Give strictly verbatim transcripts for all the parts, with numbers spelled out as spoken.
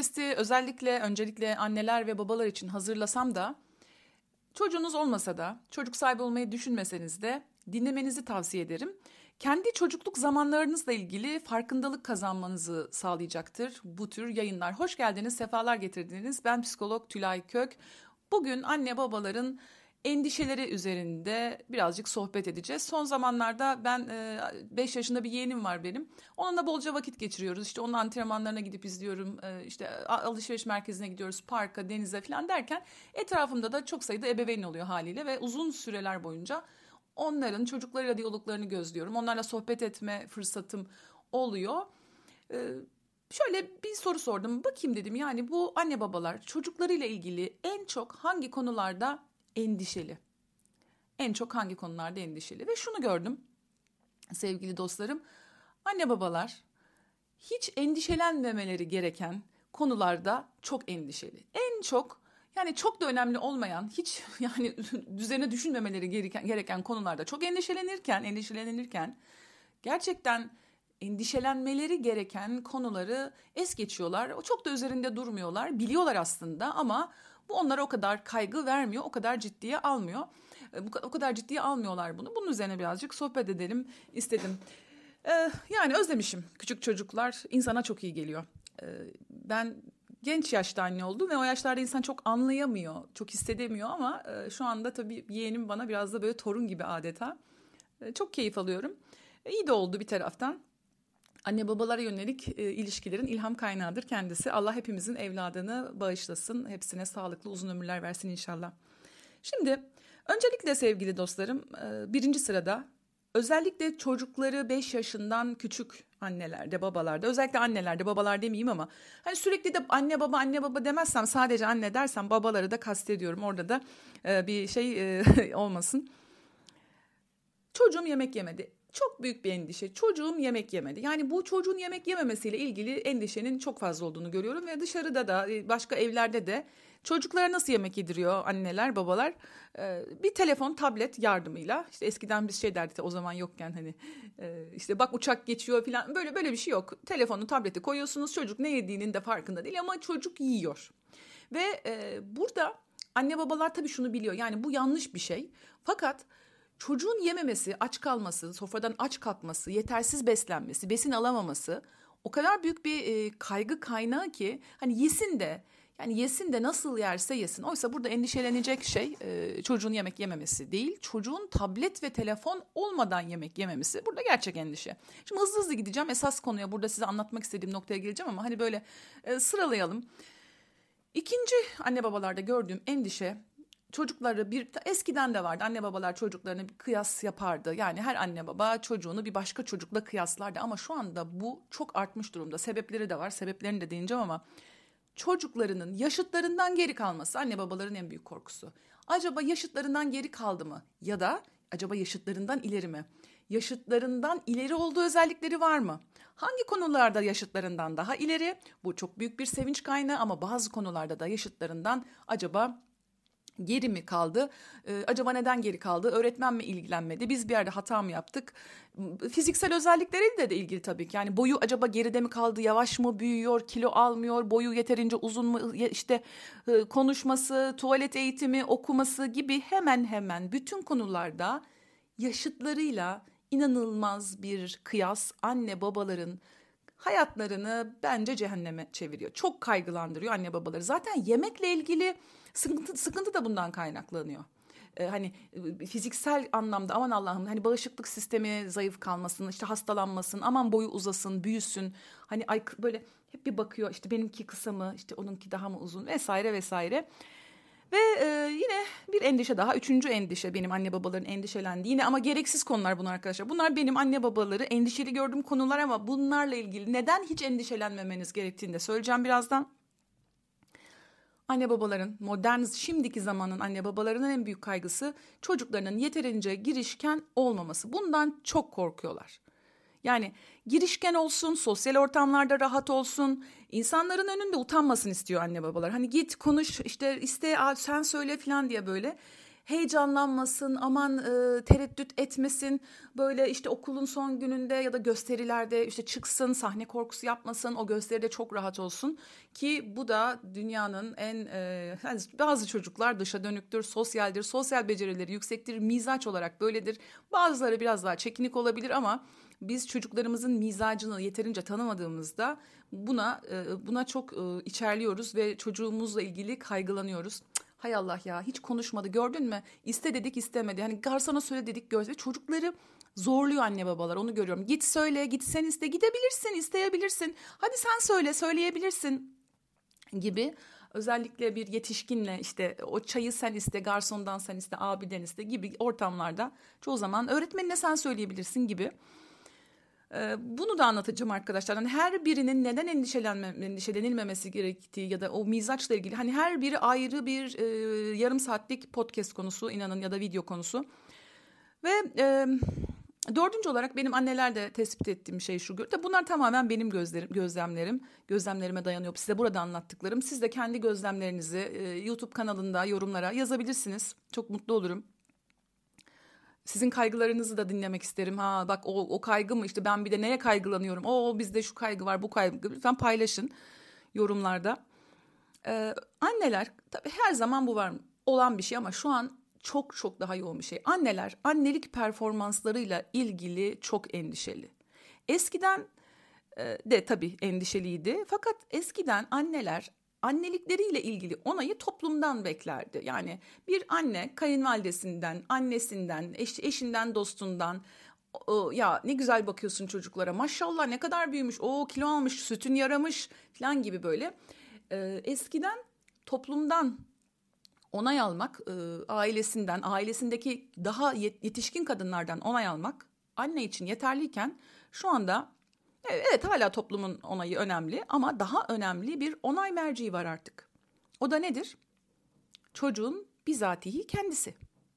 podcast'i özellikle öncelikle anneler ve babalar için hazırlasam da çocuğunuz olmasa da çocuk sahibi olmayı düşünmeseniz de dinlemenizi tavsiye ederim. Kendi çocukluk zamanlarınızla ilgili farkındalık kazanmanızı sağlayacaktır bu tür yayınlar. Hoş geldiniz, sefalar getirdiniz. Ben psikolog Tülay Kök. Bugün anne babaların endişeleri üzerinde birazcık sohbet edeceğiz. Son zamanlarda ben beş yaşında bir yeğenim var benim. Onunla bolca vakit geçiriyoruz. İşte onun antrenmanlarına gidip izliyorum. İşte alışveriş merkezine gidiyoruz, parka, denize falan derken etrafımda da çok sayıda ebeveyn oluyor haliyle ve uzun süreler boyunca onların çocuklarıyla diyaloglarını gözlüyorum. Onlarla sohbet etme fırsatım oluyor. Ee, şöyle bir soru sordum. Bakayım dedim, yani bu anne babalar çocuklarıyla ilgili en çok hangi konularda endişeli? En çok hangi konularda endişeli? Ve şunu gördüm sevgili dostlarım. Anne babalar hiç endişelenmemeleri gereken konularda çok endişeli. En çok, yani çok da önemli olmayan, hiç yani düzene düşünmemeleri gereken, gereken konularda çok endişelenirken, endişelenirken gerçekten endişelenmeleri gereken konuları es geçiyorlar. O çok da üzerinde durmuyorlar. Biliyorlar aslında ama bu onlara o kadar kaygı vermiyor, o kadar ciddiye almıyor. O kadar ciddiye almıyorlar bunu. Bunun üzerine birazcık sohbet edelim istedim. Ee, yani özlemişim. Küçük çocuklar insana çok iyi geliyor. Ee, ben genç yaşta anne oldum ve o yaşlarda insan çok anlayamıyor, çok hissedemiyor ama e, şu anda tabii yeğenim bana biraz da böyle torun gibi adeta. E, çok keyif alıyorum. E, iyi de oldu bir taraftan. Anne babalara yönelik e, ilişkilerin ilham kaynağıdır kendisi. Allah hepimizin evladını bağışlasın. Hepsine sağlıklı uzun ömürler versin inşallah. Şimdi öncelikle sevgili dostlarım, e, birinci sırada özellikle çocukları beş yaşından küçük annelerde, babalarda, özellikle annelerde, babalar demeyeyim ama hani sürekli de anne baba anne baba demezsem, sadece anne dersem babaları da kastediyorum. Orada da e, bir şey e, olmasın. Çocuğum yemek yemedi. Çok büyük bir endişe. Çocuğum yemek yemedi. Yani bu çocuğun yemek yememesiyle ilgili endişenin çok fazla olduğunu görüyorum ve dışarıda da, başka evlerde de çocuklara nasıl yemek yediriyor anneler, babalar? Ee, bir telefon, tablet yardımıyla. İşte eskiden biz şey derdik, o zaman yokken hani e, işte bak uçak geçiyor falan, böyle böyle bir şey yok. Telefonu, tableti koyuyorsunuz, çocuk ne yediğinin de farkında değil ama çocuk yiyor. Ve e, burada anne babalar tabii şunu biliyor, yani bu yanlış bir şey. Fakat çocuğun yememesi, aç kalması, sofradan aç kalkması, yetersiz beslenmesi, besin alamaması o kadar büyük bir e, kaygı kaynağı ki hani yesin de, yani yesin de nasıl yerse yesin. Oysa burada endişelenecek şey e, çocuğun yemek yememesi değil, çocuğun tablet ve telefon olmadan yemek yememesi. Burada gerçek endişe. Şimdi hızlı hızlı gideceğim, esas konuya, burada size anlatmak istediğim noktaya geleceğim ama hani böyle e, sıralayalım. İkinci anne babalarda gördüğüm endişe, çocukları bir, eskiden de vardı, anne babalar çocuklarına bir kıyas yapardı. Yani her anne baba çocuğunu bir başka çocukla kıyaslardı ama şu anda bu çok artmış durumda. Sebepleri de var, sebeplerini de değineceğim ama çocuklarının yaşıtlarından geri kalması anne babaların en büyük korkusu. Acaba yaşıtlarından geri kaldı mı? Ya da acaba yaşıtlarından ileri mi? Yaşıtlarından ileri olduğu özellikleri var mı? Hangi konularda yaşıtlarından daha ileri? Bu çok büyük bir sevinç kaynağı ama bazı konularda da yaşıtlarından acaba geri mi kaldı? Ee, acaba neden geri kaldı? Öğretmen mi ilgilenmedi? Biz bir yerde hata mı yaptık? Fiziksel özellikleriyle de, de ilgili tabii ki. Yani boyu acaba geride mi kaldı? Yavaş mı büyüyor? Kilo almıyor? Boyu yeterince uzun mu? İşte e, konuşması, tuvalet eğitimi, okuması gibi hemen hemen bütün konularda yaşıtlarıyla inanılmaz bir kıyas anne babaların hayatlarını bence cehenneme çeviriyor. Çok kaygılandırıyor anne babaları. Zaten yemekle ilgili sıkıntı, sıkıntı da bundan kaynaklanıyor. Ee, hani fiziksel anlamda aman Allah'ım, hani bağışıklık sistemi zayıf kalmasın, işte hastalanmasın, aman boyu uzasın, büyüsün. Hani ay böyle hep bir bakıyor, işte benimki kısa mı, işte onunki daha mı uzun vesaire vesaire. Ve e, yine bir endişe daha, üçüncü endişe benim anne babaların endişelendiği, yine ama gereksiz konular bunlar arkadaşlar. Bunlar benim anne babaları endişeli gördüğüm konular ama bunlarla ilgili neden hiç endişelenmemeniz gerektiğini de söyleyeceğim birazdan. Anne babaların, modern şimdiki zamanın anne babalarının en büyük kaygısı çocuklarının yeterince girişken olmaması. Bundan çok korkuyorlar. Yani girişken olsun, sosyal ortamlarda rahat olsun, insanların önünde utanmasın istiyor anne babalar. Hani git konuş, işte iste, sen söyle falan diye böyle. heyecanlanmasın, aman e, tereddüt etmesin. Böyle işte okulun son gününde ya da gösterilerde işte çıksın, sahne korkusu yapmasın, o gösteride çok rahat olsun. Ki bu da dünyanın en e, yani bazı çocuklar dışa dönüktür, sosyaldir, sosyal becerileri yüksektir, mizaç olarak böyledir. Bazıları biraz daha çekinik olabilir ama biz çocuklarımızın mizacını yeterince tanımadığımızda buna buna çok içerliyoruz ve çocuğumuzla ilgili kaygılanıyoruz. Cık, hay Allah ya, hiç konuşmadı, gördün mü? İste dedik, istemedi. Hani garsona söyle dedik, gördü. Çocukları zorluyor anne babalar, onu görüyorum. Git söyle, git sen iste, gidebilirsin, isteyebilirsin. Hadi sen söyle, söyleyebilirsin gibi. Özellikle bir yetişkinle işte o çayı sen iste, garsondan sen iste, abiden iste gibi ortamlarda çoğu zaman öğretmenine sen söyleyebilirsin gibi. Bunu da anlatacağım arkadaşlar. Yani her birinin neden endişelenme, endişelenilmemesi gerektiği ya da o mizaçla ilgili hani her biri ayrı bir e, yarım saatlik podcast konusu, inanın, ya da video konusu. Ve e, dördüncü olarak benim annelerde tespit ettiğim şey şu. Bunlar tamamen benim gözlerim, gözlemlerim, gözlemlerime dayanıyor. Size burada anlattıklarım. Siz de kendi gözlemlerinizi e, YouTube kanalında yorumlara yazabilirsiniz. Çok mutlu olurum. Sizin kaygılarınızı da dinlemek isterim. Ha bak o, o kaygı mı, işte ben bir de neye kaygılanıyorum? O bizde şu kaygı var, bu kaygı. Lütfen paylaşın yorumlarda. Ee, anneler tabii her zaman bu var olan bir şey ama şu an çok çok daha yoğun bir şey. Anneler annelik performanslarıyla ilgili çok endişeli. Eskiden e, de tabii endişeliydi. Fakat eskiden anneler annelikleriyle ilgili onayı toplumdan beklerdi. Yani bir anne kayınvalidesinden, annesinden, eş, eşinden, dostundan, o, ya ne güzel bakıyorsun çocuklara, maşallah ne kadar büyümüş, o kilo almış, sütün yaramış falan gibi böyle. Ee, eskiden toplumdan onay almak, e, ailesinden, ailesindeki daha yetişkin kadınlardan onay almak anne için yeterliyken şu anda evet, hala toplumun onayı önemli ama daha önemli bir onay merciği var artık. O da nedir? Çocuğun bizatihi kendisi.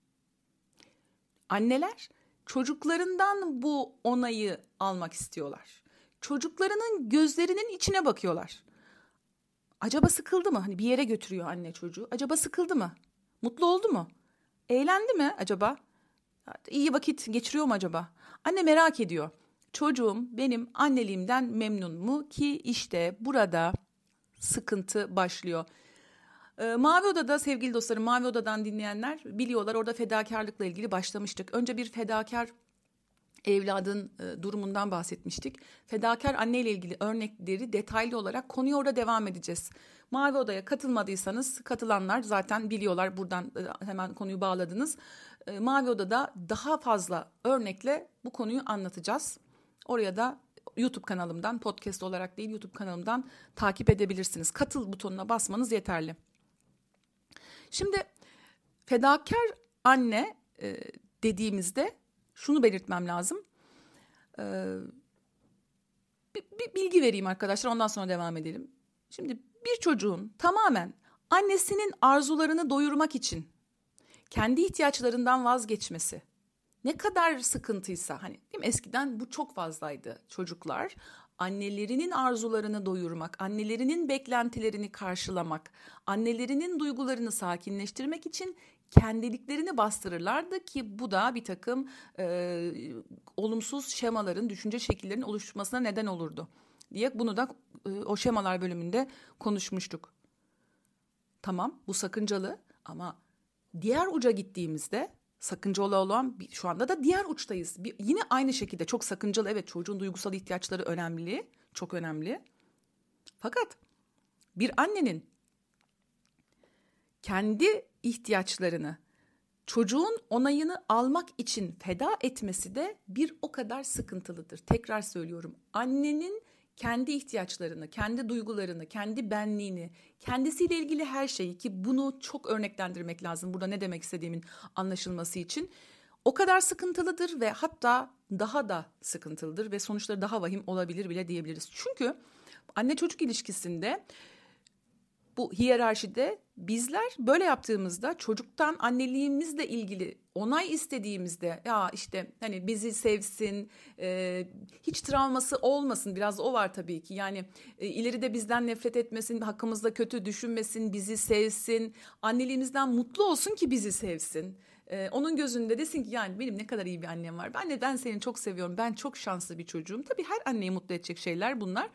Anneler çocuklarından bu onayı almak istiyorlar. Çocuklarının gözlerinin içine bakıyorlar. Acaba sıkıldı mı? Hani bir yere götürüyor anne çocuğu. Acaba sıkıldı mı? Mutlu oldu mu? Eğlendi mi acaba? İyi vakit geçiriyor mu acaba? Anne merak ediyor. Çocuğum benim anneliğimden memnun mu? Ki işte burada sıkıntı başlıyor. Ee, Mavi Oda'da sevgili dostlarım, Mavi Oda'dan dinleyenler biliyorlar, orada fedakarlıkla ilgili başlamıştık. Önce bir fedakar evladın e, durumundan bahsetmiştik. Fedakar anneyle ilgili örnekleri detaylı olarak konuya orada devam edeceğiz. Mavi Oda'ya katılmadıysanız, katılanlar zaten biliyorlar, buradan e, hemen konuyu bağladınız. E, Mavi Oda'da daha fazla örnekle bu konuyu anlatacağız. Oraya da YouTube kanalımdan, podcast olarak değil YouTube kanalımdan takip edebilirsiniz. Katıl butonuna basmanız yeterli. Şimdi fedakar anne e, dediğimizde şunu belirtmem lazım. Ee, bir, bir bilgi vereyim arkadaşlar, ondan sonra devam edelim. Şimdi bir çocuğun tamamen annesinin arzularını doyurmak için kendi ihtiyaçlarından vazgeçmesi ne kadar sıkıntıysa, hani değil mi? Eskiden bu çok fazlaydı. Çocuklar annelerinin arzularını doyurmak, annelerinin beklentilerini karşılamak, annelerinin duygularını sakinleştirmek için kendiliklerini bastırırlardı ki bu da bir takım e, olumsuz şemaların, düşünce şekillerinin oluşmasına neden olurdu diye bunu da e, o şemalar bölümünde konuşmuştuk. Tamam, bu sakıncalı ama diğer uca gittiğimizde sakıncalı olan, şu anda da diğer uçtayız. Bir, yine aynı şekilde çok sakıncalı. Evet, çocuğun duygusal ihtiyaçları önemli, çok önemli. Fakat bir annenin kendi ihtiyaçlarını çocuğun onayını almak için feda etmesi de bir o kadar sıkıntılıdır. Tekrar söylüyorum. Annenin kendi ihtiyaçlarını, kendi duygularını, kendi benliğini, kendisiyle ilgili her şeyi, ki bunu çok örneklendirmek lazım burada ne demek istediğimin anlaşılması için, o kadar sıkıntılıdır ve hatta daha da sıkıntılıdır ve sonuçları daha vahim olabilir bile diyebiliriz. Çünkü anne çocuk ilişkisinde Bu hiyerarşide bizler böyle yaptığımızda çocuktan anneliğimizle ilgili onay istediğimizde ya işte hani bizi sevsin, e, hiç travması olmasın, biraz o var tabii ki. Yani e, ileride bizden nefret etmesin, hakkımızda kötü düşünmesin, bizi sevsin, anneliğimizden mutlu olsun ki bizi sevsin. Ee, onun gözünde desin ki yani benim ne kadar iyi bir annem var. Ben de ben seni çok seviyorum. Ben çok şanslı bir çocuğum. Tabii her anneyi mutlu edecek şeyler bunlar.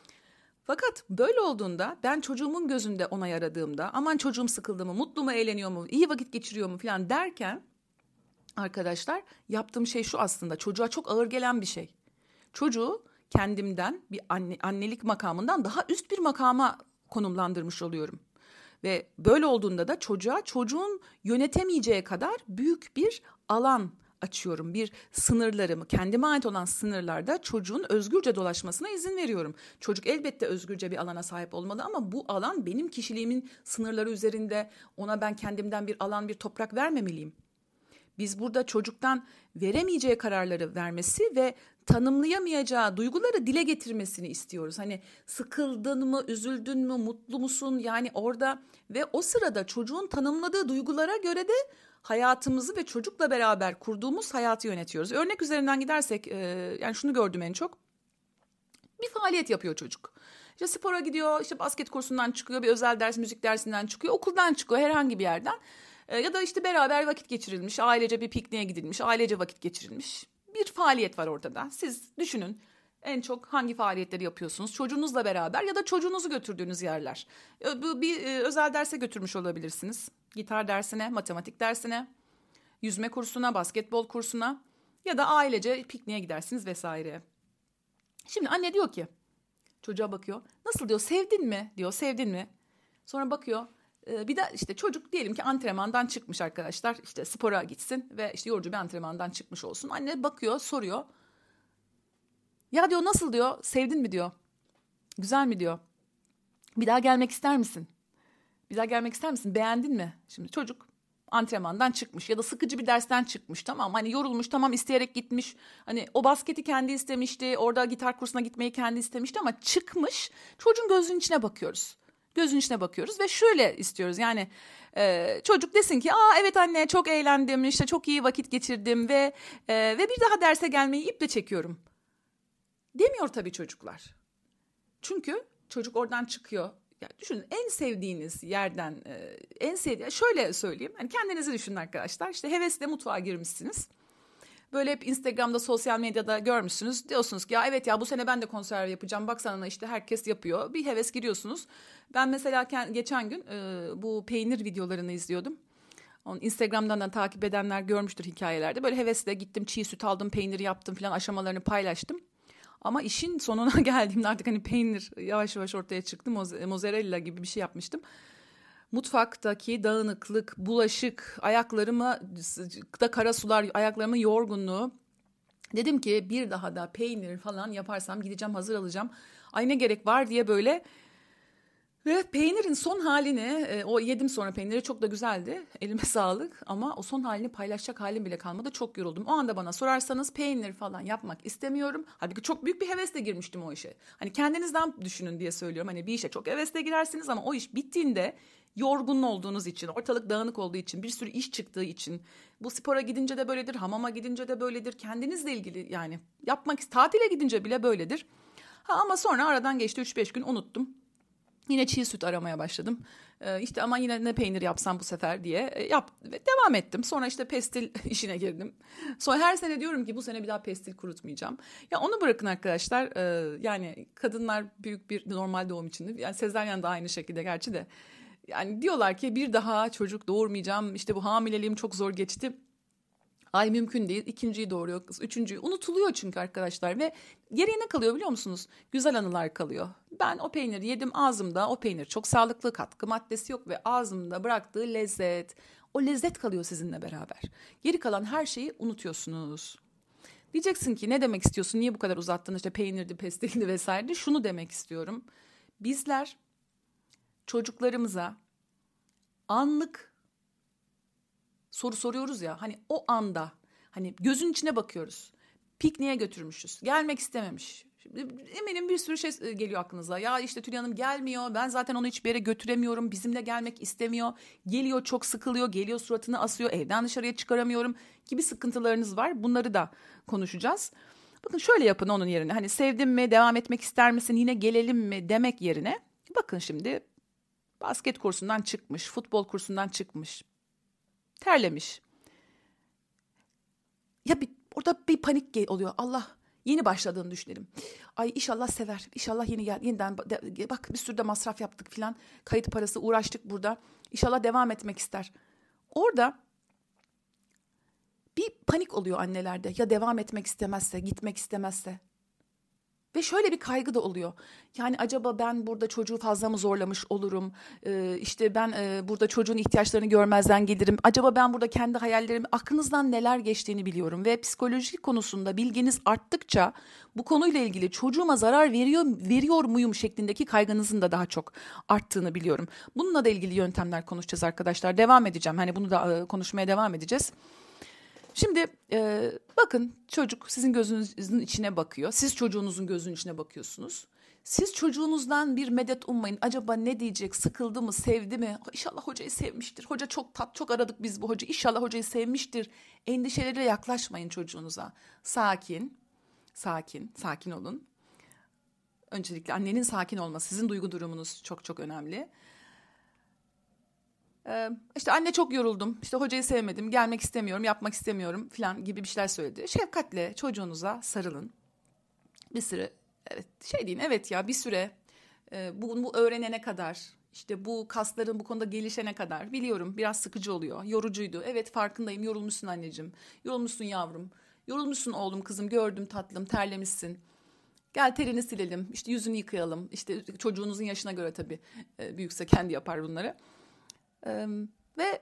Fakat böyle olduğunda ben çocuğumun gözünde ona yaradığımda aman çocuğum sıkıldı mı, mutlu mu, eğleniyor mu, iyi vakit geçiriyor mu falan derken arkadaşlar yaptığım şey şu aslında çocuğa çok ağır gelen bir şey. Çocuğu kendimden bir anne, annelik makamından daha üst bir makama konumlandırmış oluyorum. Ve böyle olduğunda da çocuğa çocuğun yönetemeyeceği kadar büyük bir alan açıyorum. Bir sınırlarımı, kendime ait olan sınırlarda çocuğun özgürce dolaşmasına izin veriyorum. Çocuk elbette özgürce bir alana sahip olmalı ama bu alan benim kişiliğimin sınırları üzerinde, ona ben kendimden bir alan, bir toprak vermemeliyim. Biz burada çocuktan veremeyeceği kararları vermesi ve tanımlayamayacağı duyguları dile getirmesini istiyoruz. Hani sıkıldın mı, üzüldün mü, mutlu musun? Yani orada ve o sırada çocuğun tanımladığı duygulara göre de hayatımızı ve çocukla beraber kurduğumuz hayatı yönetiyoruz. Örnek üzerinden gidersek e, yani şunu gördüm en çok. Bir faaliyet yapıyor çocuk. İşte spora gidiyor, işte basket kursundan çıkıyor, bir özel ders, müzik dersinden çıkıyor, okuldan çıkıyor, herhangi bir yerden. E, ya da işte beraber vakit geçirilmiş, ailece bir pikniğe gidilmiş, ailece vakit geçirilmiş. Bir faaliyet var ortada. Siz düşünün en çok hangi faaliyetleri yapıyorsunuz? Çocuğunuzla beraber ya da çocuğunuzu götürdüğünüz yerler. E, bu bir e, özel derse götürmüş olabilirsiniz. Gitar dersine, matematik dersine, yüzme kursuna, basketbol kursuna ya da ailece pikniğe gidersiniz vesaire. Şimdi anne diyor ki, çocuğa bakıyor. Nasıl diyor, sevdin mi diyor, sevdin mi? Sonra bakıyor. Bir de işte çocuk diyelim ki antrenmandan çıkmış arkadaşlar. İşte spora gitsin ve işte yorucu bir antrenmandan çıkmış olsun. Anne bakıyor, soruyor. Ya diyor nasıl diyor, sevdin mi diyor. Güzel mi diyor. Bir daha gelmek ister misin? Bir daha gelmek ister misin? Beğendin mi? Şimdi çocuk antrenmandan çıkmış ya da sıkıcı bir dersten çıkmış, tamam hani yorulmuş, tamam isteyerek gitmiş, hani o basketi kendi istemişti, orada gitar kursuna gitmeyi kendi istemişti ama çıkmış, çocuğun gözünün içine bakıyoruz gözünün içine bakıyoruz ve şöyle istiyoruz yani e, çocuk desin ki aa evet anne çok eğlendim, işte çok iyi vakit geçirdim ve e, ve bir daha derse gelmeyi iple çekiyorum demiyor tabii çocuklar, çünkü çocuk oradan çıkıyor. Ya düşünün en sevdiğiniz yerden e, en sevdiğiniz şöyle söyleyeyim. Hani kendinizi düşünün arkadaşlar. İşte hevesle mutfağa girmişsiniz. Böyle hep Instagram'da, sosyal medyada görmüşsünüz. Diyorsunuz ki ya evet ya bu sene ben de konserve yapacağım. Baksana işte herkes yapıyor. Bir heves giriyorsunuz. Ben mesela geçen gün e, bu peynir videolarını izliyordum. Onu Instagram'dan da takip edenler görmüştür hikayelerde. Böyle hevesle gittim, çiğ süt aldım, peynir yaptım falan, aşamalarını paylaştım. Ama işin sonuna geldiğimde artık hani peynir yavaş yavaş ortaya çıktı. Mozzarella gibi bir şey yapmıştım. Mutfaktaki dağınıklık, bulaşık, ayaklarıma da kara sular, ayaklarımın yorgunluğu. Dedim ki bir daha da peynir falan yaparsam gideceğim hazır alacağım. Ay ne gerek var diye böyle. Ve peynirin son halini, o yedim sonra peyniri, çok da güzeldi. Elime sağlık ama o son halini paylaşacak halim bile kalmadı. Çok yoruldum. O anda bana sorarsanız peynir falan yapmak istemiyorum. Halbuki çok büyük bir hevesle girmiştim o işe. Hani kendinizden düşünün diye söylüyorum. Hani bir işe çok hevesle girersiniz ama o iş bittiğinde yorgun olduğunuz için, ortalık dağınık olduğu için, bir sürü iş çıktığı için, bu spora gidince de böyledir, hamama gidince de böyledir, kendinizle ilgili yani yapmak, tatile gidince bile böyledir. Ha ama sonra aradan geçti üç beş gün, unuttum. Yine çiğ süt aramaya başladım. Ee, işte ama yine ne peynir yapsam bu sefer diye e, yap ve devam ettim. Sonra işte pestil işine girdim. Sonra her sene diyorum ki bu sene bir daha pestil kurutmayacağım. Ya onu bırakın arkadaşlar. Ee, yani kadınlar büyük bir normal doğum içinde. Yani sezaryen de aynı şekilde gerçi de. Yani diyorlar ki bir daha çocuk doğurmayacağım. İşte bu hamileliğim çok zor geçti. Ay mümkün değil. İkinciyi doğuruyor kız. Üçüncüyü unutuluyor çünkü arkadaşlar. Ve geriye ne kalıyor biliyor musunuz? Güzel anılar kalıyor. Ben o peyniri yedim ağzımda. O peynir çok sağlıklı, katkı maddesi yok ve ağzımda bıraktığı lezzet. O lezzet kalıyor sizinle beraber. Geri kalan her şeyi unutuyorsunuz. Diyeceksin ki ne demek istiyorsun? Niye bu kadar uzattın? İşte peynirdi, pestildi vesaire. Şunu demek istiyorum. Bizler çocuklarımıza anlık soru soruyoruz ya, hani o anda hani gözün içine bakıyoruz. Pikniğe götürmüşüz. Gelmek istememiş. Eminim bir sürü şey geliyor aklınıza. Ya işte Tülay Hanım gelmiyor. Ben zaten onu hiçbir yere götüremiyorum. Bizimle gelmek istemiyor. Geliyor çok sıkılıyor. Geliyor suratını asıyor. Evden dışarıya çıkaramıyorum gibi sıkıntılarınız var. Bunları da konuşacağız. Bakın şöyle yapın onun yerine. Hani sevdim mi, devam etmek ister misin, yine gelelim mi demek yerine. Bakın şimdi basket kursundan çıkmış, futbol kursundan çıkmış. Terlemiş. Ya bir, orada bir panik oluyor. Allah, yeni başladığını düşünelim. Ay inşallah sever. İnşallah yeni gel, yeniden de, bak bir sürü de masraf yaptık filan. Kayıt parası uğraştık burada. İnşallah devam etmek ister. Orada bir panik oluyor annelerde. Ya devam etmek istemezse, gitmek istemezse. Ve şöyle bir kaygı da oluyor. Yani acaba ben burada çocuğu fazla mı zorlamış olurum? Ee, işte ben e, burada çocuğun ihtiyaçlarını görmezden gelirim. Acaba ben burada kendi hayallerimi, aklınızdan neler geçtiğini biliyorum. Ve psikoloji konusunda bilginiz arttıkça bu konuyla ilgili çocuğuma zarar veriyor, veriyor muyum şeklindeki kaygınızın da daha çok arttığını biliyorum. Bununla da ilgili yöntemler konuşacağız arkadaşlar. Devam edeceğim. Hani bunu da e, konuşmaya devam edeceğiz. Şimdi e, bakın, çocuk sizin gözünüzün içine bakıyor. Siz çocuğunuzun gözünün içine bakıyorsunuz. Siz çocuğunuzdan bir medet ummayın. Acaba ne diyecek? Sıkıldı mı? Sevdi mi? İnşallah hocayı sevmiştir. Hoca çok tat, çok aradık biz bu hoca. İnşallah hocayı sevmiştir. Endişeleriyle yaklaşmayın çocuğunuza. Sakin, sakin, sakin olun. Öncelikle annenin sakin olması, sizin duygu durumunuz çok çok önemli. Ee, işte anne çok yoruldum, işte hocayı sevmedim, gelmek istemiyorum, yapmak istemiyorum falan gibi bir şeyler söyledi. Şefkatle çocuğunuza sarılın. Bir süre, evet şey deyin, evet ya bir süre e, bu, bu öğrenene kadar, işte bu kasların bu konuda gelişene kadar, biliyorum biraz sıkıcı oluyor, yorucuydu. Evet farkındayım, yorulmuşsun anneciğim, yorulmuşsun yavrum, yorulmuşsun oğlum kızım, gördüm tatlım, terlemişsin. Gel terini silelim, işte yüzünü yıkayalım, işte çocuğunuzun yaşına göre tabii e, büyükse kendi yapar bunları. Ee, ve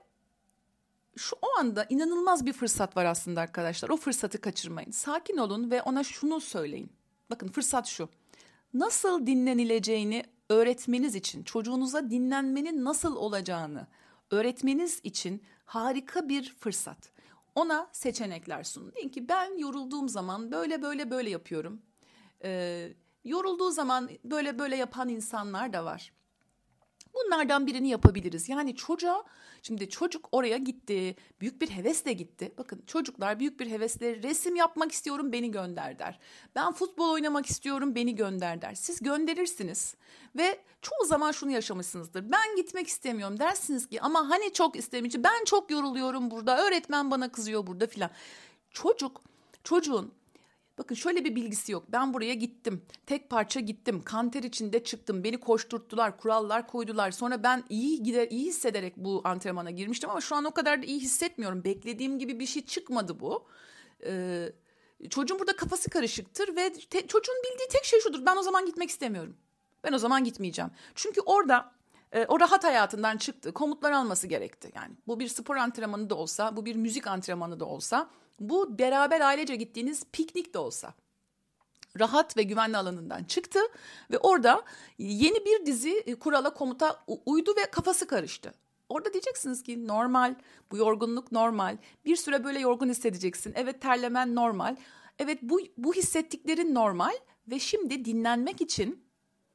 şu o anda inanılmaz bir fırsat var aslında arkadaşlar. O fırsatı kaçırmayın. Sakin olun ve ona şunu söyleyin. Bakın fırsat şu. Nasıl dinlenileceğini öğretmeniz için, çocuğunuza dinlenmenin nasıl olacağını öğretmeniz için harika bir fırsat. Ona seçenekler sunun. Deyin ki ben yorulduğum zaman böyle böyle böyle yapıyorum. Ee, yorulduğu zaman böyle böyle yapan insanlar da var. Bunlardan birini yapabiliriz. Yani çocuğa, şimdi çocuk oraya gitti, büyük bir hevesle gitti. Bakın çocuklar büyük bir hevesle resim yapmak istiyorum, beni gönder der. Ben futbol oynamak istiyorum, beni gönder der. Siz gönderirsiniz ve çoğu zaman şunu yaşamışsınızdır. Ben gitmek istemiyorum dersiniz ki ama hani çok istemişim, ben çok yoruluyorum burada, öğretmen bana kızıyor burada filan. Çocuk, çocuğun bakın şöyle bir bilgisi yok. Ben buraya gittim. Tek parça gittim. Kanter içinde çıktım. Beni koşturttular, kurallar koydular. Sonra ben iyi gider, iyi hissederek bu antrenmana girmiştim ama şu an o kadar da iyi hissetmiyorum. Beklediğim gibi bir şey çıkmadı bu. Ee, çocuğun burada kafası karışıktır ve te, çocuğun bildiği tek şey şudur. Ben o zaman gitmek istemiyorum. Ben o zaman gitmeyeceğim. Çünkü orada e, o rahat hayatından çıktı. Komutlar alması gerekti. Yani bu bir spor antrenmanı da olsa, bu bir müzik antrenmanı da olsa, bu beraber ailece gittiğiniz piknik de olsa rahat ve güvenli alanından çıktı ve orada yeni bir dizi kurala, komuta uydu ve kafası karıştı. Orada diyeceksiniz ki normal, bu yorgunluk normal, bir süre böyle yorgun hissedeceksin, evet terlemen normal, evet bu, bu hissettiklerin normal ve şimdi dinlenmek için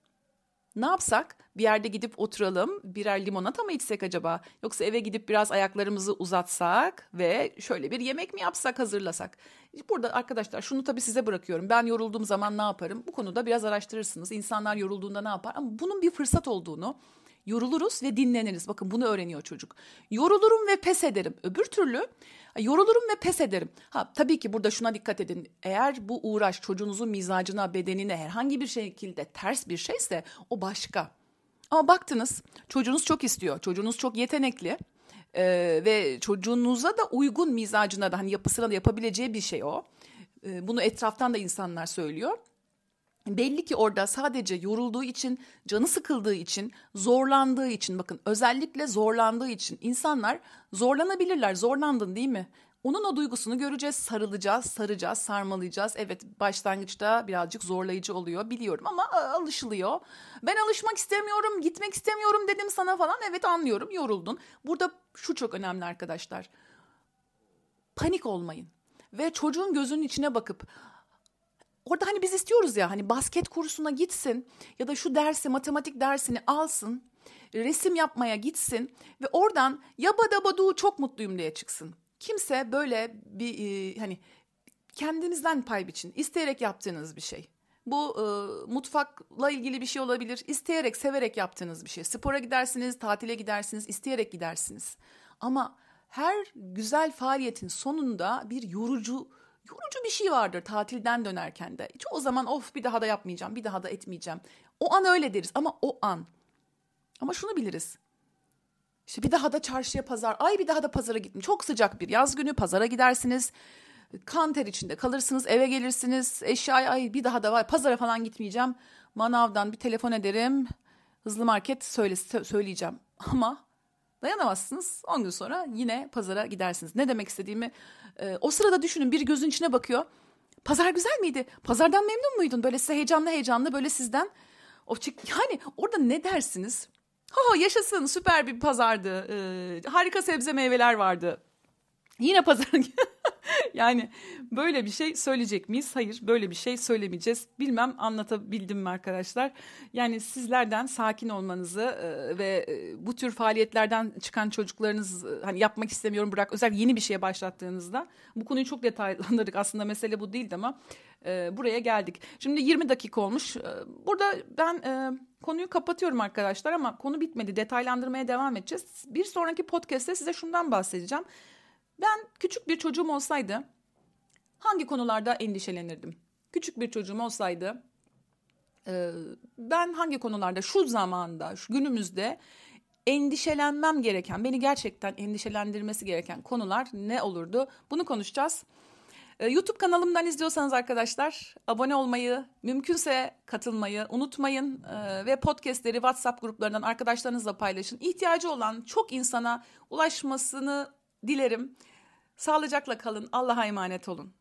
ne yapsak? Bir yerde gidip oturalım, birer limonata mı içsek acaba? Yoksa eve gidip biraz ayaklarımızı uzatsak ve şöyle bir yemek mi yapsak, hazırlasak? Burada arkadaşlar şunu tabii size bırakıyorum. Ben yorulduğum zaman ne yaparım? Bu konuda biraz araştırırsınız. İnsanlar yorulduğunda ne yapar? Ama bunun bir fırsat olduğunu, yoruluruz ve dinleniriz. Bakın bunu öğreniyor çocuk. Yorulurum ve pes ederim. Öbür türlü yorulurum ve pes ederim. Ha, tabii ki burada şuna dikkat edin. Eğer bu uğraş çocuğunuzun mizacına, bedenine herhangi bir şekilde ters bir şeyse o başka. Ama baktınız çocuğunuz çok istiyor, çocuğunuz çok yetenekli ee, ve çocuğunuza da uygun, mizacına da hani yapısına da yapabileceği bir şey o. Ee, bunu etraftan da insanlar söylüyor. Belli ki orada sadece yorulduğu için, canı sıkıldığı için, zorlandığı için, bakın özellikle zorlandığı için insanlar zorlanabilirler. Zorlandın değil mi? Onun o duygusunu göreceğiz, sarılacağız, saracağız, sarmalayacağız. Evet başlangıçta birazcık zorlayıcı oluyor biliyorum ama alışılıyor. Ben alışmak istemiyorum, gitmek istemiyorum dedim sana falan. Evet anlıyorum, yoruldun. Burada şu çok önemli arkadaşlar. Panik olmayın ve çocuğun gözünün içine bakıp orada hani biz istiyoruz ya, hani basket kursuna gitsin ya da şu dersi, matematik dersini alsın, resim yapmaya gitsin ve oradan yabadabadu çok mutluyum diye çıksın. Kimse böyle bir e, hani kendinizden pay biçin, isteyerek yaptığınız bir şey. Bu e, mutfakla ilgili bir şey olabilir, isteyerek, severek yaptığınız bir şey. Spora gidersiniz, tatile gidersiniz, isteyerek gidersiniz. Ama her güzel faaliyetin sonunda bir yorucu, yorucu bir şey vardır tatilden dönerken de. Çoğu zaman of bir daha da yapmayacağım, bir daha da etmeyeceğim. O an öyle deriz ama o an. Ama şunu biliriz. İşte bir daha da çarşıya, pazar, ay bir daha da pazara gittim. Çok sıcak bir yaz günü pazara gidersiniz. Kan ter içinde kalırsınız, eve gelirsiniz. Eşyayı ay bir daha da var, pazara falan gitmeyeceğim. Manavdan bir telefon ederim. Hızlı market söyle, söyleyeceğim. Ama dayanamazsınız. on gün sonra yine pazara gidersiniz. Ne demek istediğimi e, o sırada düşünün. Bir gözün içine bakıyor. Pazar güzel miydi? Pazardan memnun muydun? Böyle size heyecanlı heyecanlı böyle sizden. O çık, yani orada ne dersiniz? Ha yaşasın, süper bir pazardı. Ee, harika sebze meyveler vardı. Yine pazar. Yani böyle bir şey söyleyecek miyiz? Hayır, böyle bir şey söylemeyeceğiz. Bilmem anlatabildim mi arkadaşlar? Yani sizlerden sakin olmanızı e, ve e, bu tür faaliyetlerden çıkan çocuklarınız e, hani yapmak istemiyorum bırak, özellikle yeni bir şeye başlattığınızda, bu konuyu çok detaylandırdık. Aslında mesele bu değildi ama e, buraya geldik. Şimdi yirmi dakika olmuş. E, burada ben e, konuyu kapatıyorum arkadaşlar ama konu bitmedi. Detaylandırmaya devam edeceğiz. Bir sonraki podcast'te size şundan bahsedeceğim. Ben küçük bir çocuğum olsaydı hangi konularda endişelenirdim? Küçük bir çocuğum olsaydı e, ben hangi konularda şu zamanda, şu günümüzde endişelenmem gereken, beni gerçekten endişelendirmesi gereken konular ne olurdu? Bunu konuşacağız. E, YouTube kanalımdan izliyorsanız arkadaşlar abone olmayı, mümkünse katılmayı unutmayın. E, ve podcastleri WhatsApp gruplarından arkadaşlarınızla paylaşın. İhtiyacı olan çok insana ulaşmasını dilerim. Sağlıcakla kalın. Allah'a emanet olun.